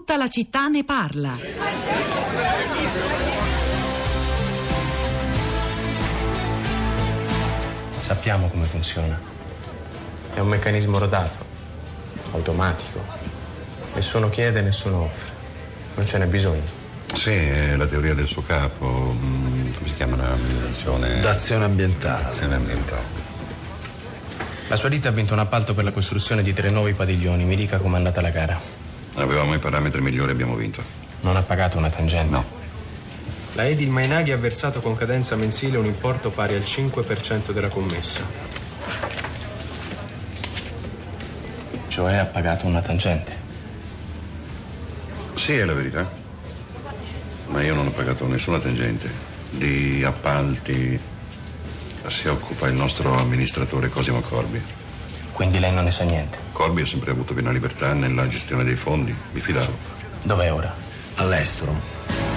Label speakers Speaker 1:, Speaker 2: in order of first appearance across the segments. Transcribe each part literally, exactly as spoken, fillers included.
Speaker 1: Tutta la città ne parla.
Speaker 2: Sappiamo come funziona. È un meccanismo rodato, automatico. Nessuno chiede, nessuno offre. Non ce n'è bisogno.
Speaker 3: Sì, è la teoria del suo capo. Come si chiama? L'azione...
Speaker 4: D'azione ambientale.
Speaker 3: Azione ambientale.
Speaker 2: La sua ditta ha vinto un appalto per la costruzione di tre nuovi padiglioni. Mi dica com'è andata la gara.
Speaker 3: Avevamo i parametri migliori e abbiamo vinto.
Speaker 2: Non ha pagato una tangente?
Speaker 3: No.
Speaker 2: La Edil Mainaghi ha versato con cadenza mensile un importo pari al cinque per cento della commessa. Cioè ha pagato una tangente?
Speaker 3: Sì, è la verità. Ma io non ho pagato nessuna tangente. Di appalti si occupa il nostro amministratore Cosimo Corbi.
Speaker 2: Quindi lei non ne sa niente?
Speaker 3: Corbi ha sempre avuto piena libertà nella gestione dei fondi. Mi fidavo.
Speaker 2: Dov'è ora?
Speaker 4: All'estero.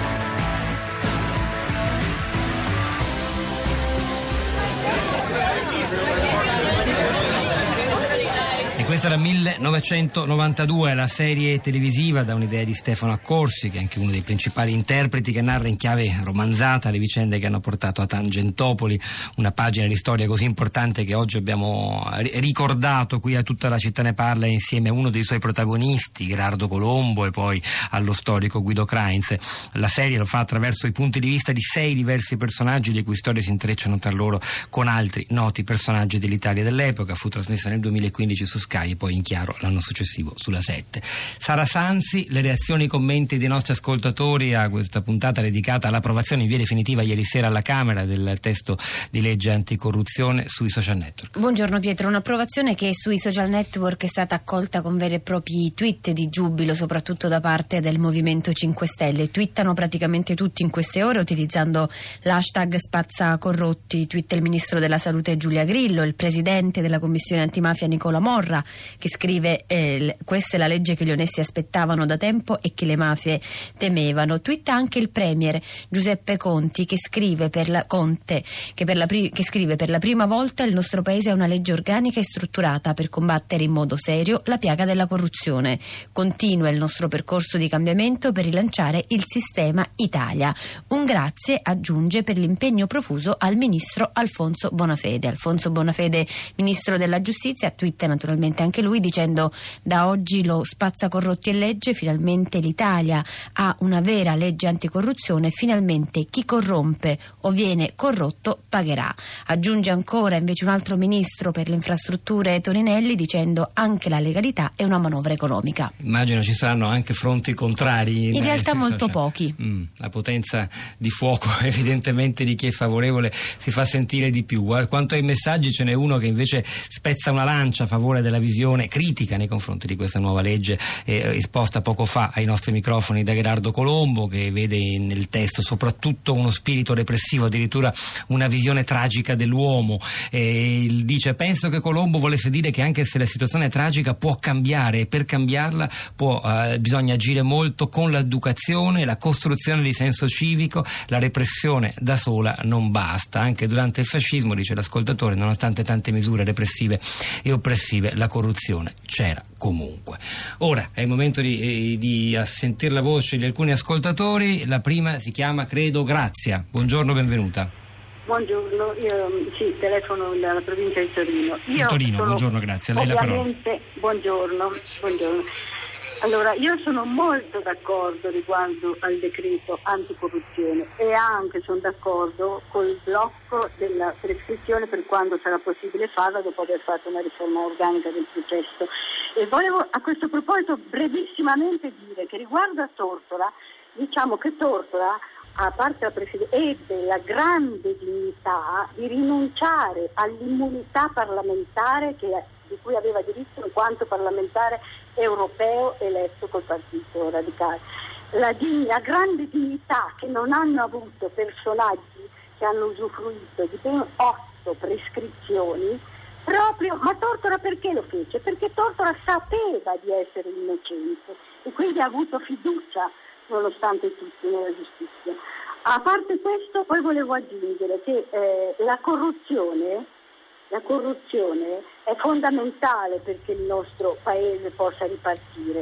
Speaker 5: Questa era millenovecentonovantadue, la serie televisiva da un'idea di Stefano Accorsi, che è anche uno dei principali interpreti, che narra in chiave romanzata le vicende che hanno portato a Tangentopoli, una pagina di storia così importante che oggi abbiamo ricordato qui a Tutta la città ne parla, insieme a uno dei suoi protagonisti, Gherardo Colombo, e poi allo storico Guido Krainz. La serie lo fa attraverso i punti di vista di sei diversi personaggi, le cui storie si intrecciano tra loro con altri noti personaggi dell'Italia dell'epoca. Fu trasmessa nel duemilaquindici su Sky e poi in chiaro l'anno successivo sulla sette. Sara Sanzi, le reazioni e i commenti dei nostri ascoltatori a questa puntata dedicata all'approvazione in via definitiva ieri sera alla Camera del testo di legge anticorruzione sui social network.
Speaker 6: Buongiorno Pietro, un'approvazione che sui social network è stata accolta con veri e propri tweet di giubilo, soprattutto da parte del Movimento cinque Stelle. Twittano praticamente tutti in queste ore utilizzando l'hashtag spazzacorrotti. Twitta il ministro della Salute Giulia Grillo, il presidente della Commissione antimafia Nicola Morra, che scrive eh, questa è la legge che gli onesti aspettavano da tempo e che le mafie temevano. Twitta anche il premier Giuseppe Conti, che scrive per la Conte che, per la pri- che scrive per la prima volta il nostro paese ha una legge organica e strutturata per combattere in modo serio la piaga della corruzione. Continua il nostro percorso di cambiamento per rilanciare il sistema Italia. Un grazie, aggiunge, per l'impegno profuso al ministro Alfonso Bonafede. Alfonso Bonafede, ministro della giustizia, twitta naturalmente anche lui dicendo: da oggi lo spazzacorrotti è legge, finalmente l'Italia ha una vera legge anticorruzione, finalmente chi corrompe o viene corrotto pagherà. Aggiunge ancora invece un altro ministro per le infrastrutture, Toninelli, dicendo: anche la legalità è una manovra economica.
Speaker 5: Immagino ci saranno anche fronti contrari.
Speaker 6: In realtà molto
Speaker 5: social.
Speaker 6: pochi.
Speaker 5: Mm, la potenza di fuoco evidentemente di chi è favorevole si fa sentire di più. Quanto ai messaggi, ce n'è uno che invece spezza una lancia a favore della visione critica nei confronti di questa nuova legge eh, esposta poco fa ai nostri microfoni da Gherardo Colombo, che vede nel testo soprattutto uno spirito repressivo, addirittura una visione tragica dell'uomo. Eh, dice: penso che Colombo volesse dire che anche se la situazione è tragica può cambiare, e per cambiarla può, eh, bisogna agire molto con l'educazione, la costruzione di senso civico. La repressione da sola non basta. Anche durante il fascismo, dice l'ascoltatore, nonostante tante misure repressive e oppressive, la corruzione c'era comunque. Ora è il momento di, di sentire la voce di alcuni ascoltatori. La prima si chiama Credo Grazia. Buongiorno, benvenuta.
Speaker 7: Buongiorno, io sì, telefono dalla provincia di Torino. Io
Speaker 5: Torino,
Speaker 7: sono,
Speaker 5: buongiorno, grazie. Lei la parola.
Speaker 7: Buongiorno, buongiorno. Allora, io sono molto d'accordo riguardo al decreto anticorruzione e anche sono d'accordo col blocco della prescrizione per quando sarà possibile farla dopo aver fatto una riforma organica del processo. E volevo a questo proposito brevissimamente dire che riguardo a Tortora, diciamo che Tortora, a parte la Presidenza, ebbe la grande dignità di rinunciare all'immunità parlamentare che, di cui aveva diritto in quanto parlamentare europeo eletto col Partito Radicale. La, la grande dignità che non hanno avuto personaggi che hanno usufruito di ben otto prescrizioni, proprio, ma Tortora perché lo fece? Perché Tortora sapeva di essere innocente e quindi ha avuto fiducia nonostante tutto nella giustizia. A parte questo, poi volevo aggiungere che eh, la corruzione La corruzione è fondamentale perché il nostro paese possa ripartire,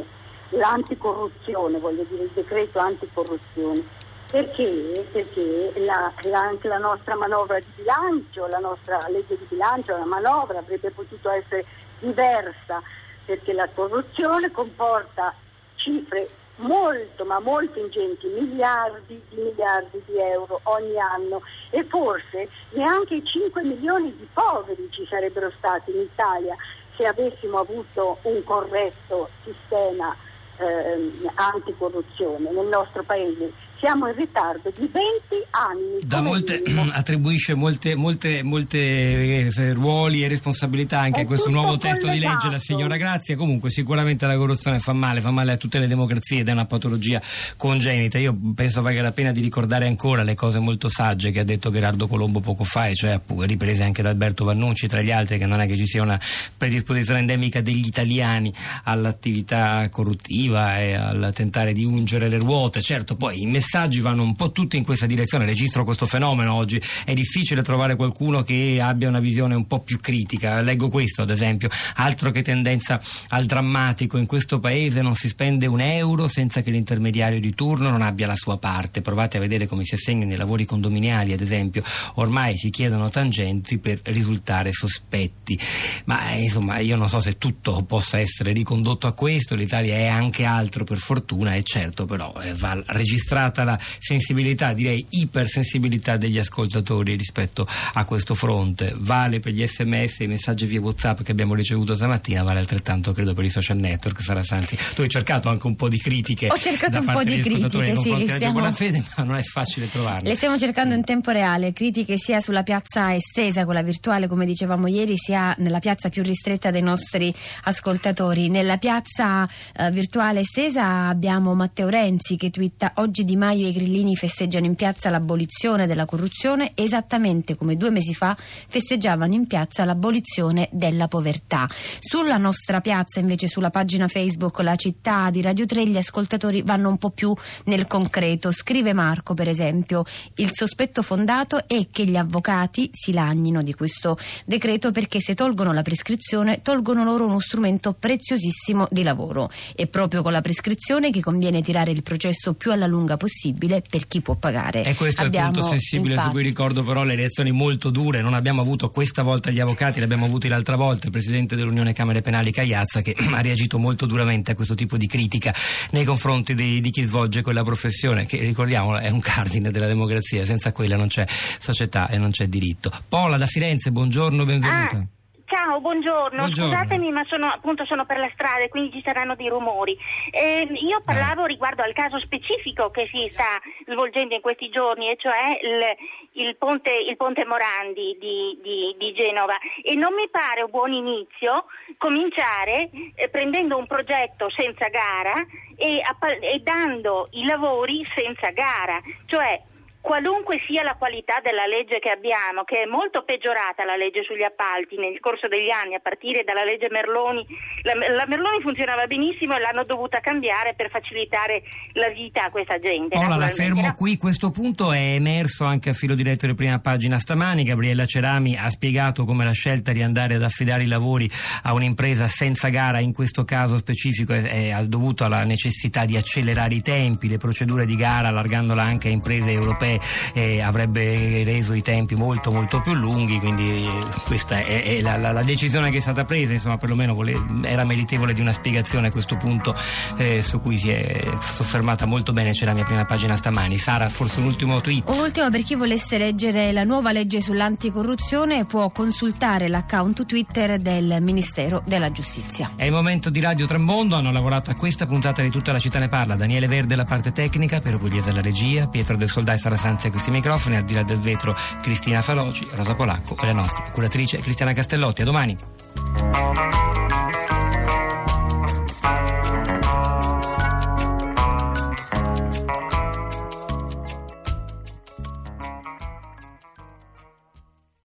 Speaker 7: l'anticorruzione, voglio dire il decreto anticorruzione. Perché? Perché la, la, anche la nostra manovra di bilancio, la nostra legge di bilancio, la manovra avrebbe potuto essere diversa, perché la corruzione comporta cifre molto ma molto ingenti, miliardi di miliardi di euro ogni anno, e forse neanche i cinque milioni di poveri ci sarebbero stati in Italia se avessimo avuto un corretto sistema eh, anticorruzione nel nostro paese. Siamo in ritardo di venti anni.
Speaker 5: Da molte, attribuisce molte, molte, molte eh, ruoli e responsabilità anche
Speaker 7: È
Speaker 5: a questo
Speaker 7: tutto
Speaker 5: nuovo testo
Speaker 7: collegato.
Speaker 5: di legge la signora Grazia. Comunque sicuramente la corruzione fa male, fa male a tutte le democrazie ed è una patologia congenita. Io penso valga la pena di ricordare ancora le cose molto sagge che ha detto Gherardo Colombo poco fa, e cioè riprese anche da Alberto Vannucci tra gli altri, che non è che ci sia una predisposizione endemica degli italiani all'attività corruttiva e al tentare di ungere le ruote. Certo, poi i messaggi vanno un po' tutti in questa direzione. Registro questo fenomeno oggi, è difficile trovare qualcuno che abbia una visione un po' più critica. Leggo questo ad esempio: altro che tendenza al drammatico, in questo paese non si spende un euro senza che l'intermediario di turno non abbia la sua parte. Provate a vedere come si assegnano i lavori condominiali ad esempio, ormai si chiedono tangenti per risultare sospetti. Ma eh, insomma io non so se tutto possa essere ricondotto a questo. L'Italia è anche altro per fortuna, e certo però eh, va registrata la sensibilità, direi ipersensibilità degli ascoltatori rispetto a questo fronte. Vale per gli sms e i messaggi via WhatsApp che abbiamo ricevuto stamattina, vale altrettanto credo per i social network. Sara Sanzi, tu hai cercato anche un po' di critiche.
Speaker 6: Ho cercato
Speaker 5: da
Speaker 6: un
Speaker 5: parte
Speaker 6: po' di
Speaker 5: degli ascoltatori
Speaker 6: critiche,
Speaker 5: nei confronti
Speaker 6: sì,
Speaker 5: di Radio
Speaker 6: stiamo...
Speaker 5: Buonafede, ma non è facile trovarle.
Speaker 6: Le stiamo cercando in tempo reale, critiche sia sulla piazza estesa, quella virtuale come dicevamo ieri, sia nella piazza più ristretta dei nostri ascoltatori. Nella piazza eh, virtuale estesa abbiamo Matteo Renzi che twitta: oggi Di Maio e i grillini festeggiano in piazza l'abolizione della corruzione esattamente come due mesi fa festeggiavano in piazza l'abolizione della povertà. Sulla nostra piazza invece, sulla pagina Facebook La Città di Radio tre, gli ascoltatori vanno un po' più nel concreto. Scrive Marco per esempio: il sospetto fondato è che gli avvocati si lagnino di questo decreto perché se tolgono la prescrizione tolgono loro uno strumento preziosissimo di lavoro. È proprio con la prescrizione che conviene tirare il processo più alla lunga possibile per chi può pagare.
Speaker 5: E questo
Speaker 6: abbiamo,
Speaker 5: è il punto sensibile,
Speaker 6: infatti,
Speaker 5: su cui ricordo però le reazioni molto dure. Non abbiamo avuto questa volta gli avvocati, li abbiamo avuti l'altra volta, il presidente dell'Unione Camere Penali Cagliazza, che ha reagito molto duramente a questo tipo di critica nei confronti di, di chi svolge quella professione, che ricordiamolo è un cardine della democrazia. Senza quella non c'è società e non c'è diritto. Pola da Firenze, buongiorno, benvenuta.
Speaker 1: Ah. Ciao, buongiorno.
Speaker 5: buongiorno,
Speaker 1: scusatemi ma sono appunto sono per la strada e quindi ci saranno dei rumori. Eh, io parlavo eh. riguardo al caso specifico che si sta svolgendo in questi giorni, e cioè il, il, ponte, il ponte Morandi di, di, di Genova, e non mi pare un buon inizio cominciare eh, prendendo un progetto senza gara e, e dando i lavori senza gara, cioè qualunque sia la qualità della legge che abbiamo, che è molto peggiorata la legge sugli appalti nel corso degli anni, a partire dalla legge Merloni. La, la Merloni funzionava benissimo e l'hanno dovuta cambiare per facilitare la vita a questa gente.
Speaker 5: Ora la fermo qui, questo punto è emerso anche a filo diretto di prima pagina stamani. Gabriella Cerami ha spiegato come la scelta di andare ad affidare i lavori a un'impresa senza gara in questo caso specifico è, è dovuto alla necessità di accelerare i tempi, le procedure di gara, allargandola anche a imprese europee. Eh, avrebbe reso i tempi molto molto più lunghi, quindi questa è, è la, la, la decisione che è stata presa, insomma perlomeno vole, era meritevole di una spiegazione a questo punto, eh, su cui si è soffermata molto bene, c'è la mia prima pagina stamani. Sara, forse un ultimo tweet.
Speaker 6: Un ultimo per chi volesse leggere la nuova legge sull'anticorruzione, può consultare l'account Twitter del Ministero della Giustizia.
Speaker 5: È il momento di Radio Tremondo, hanno lavorato a questa puntata di Tutta la città ne parla Daniele Verde la parte tecnica, Piero Pugliese alla regia, Pietro del Soldà e Sara Sanzi a questi microfoni, al di là del vetro Cristina Faloci, Rosa Polacco e la nostra curatrice Cristiana Castellotti. A domani.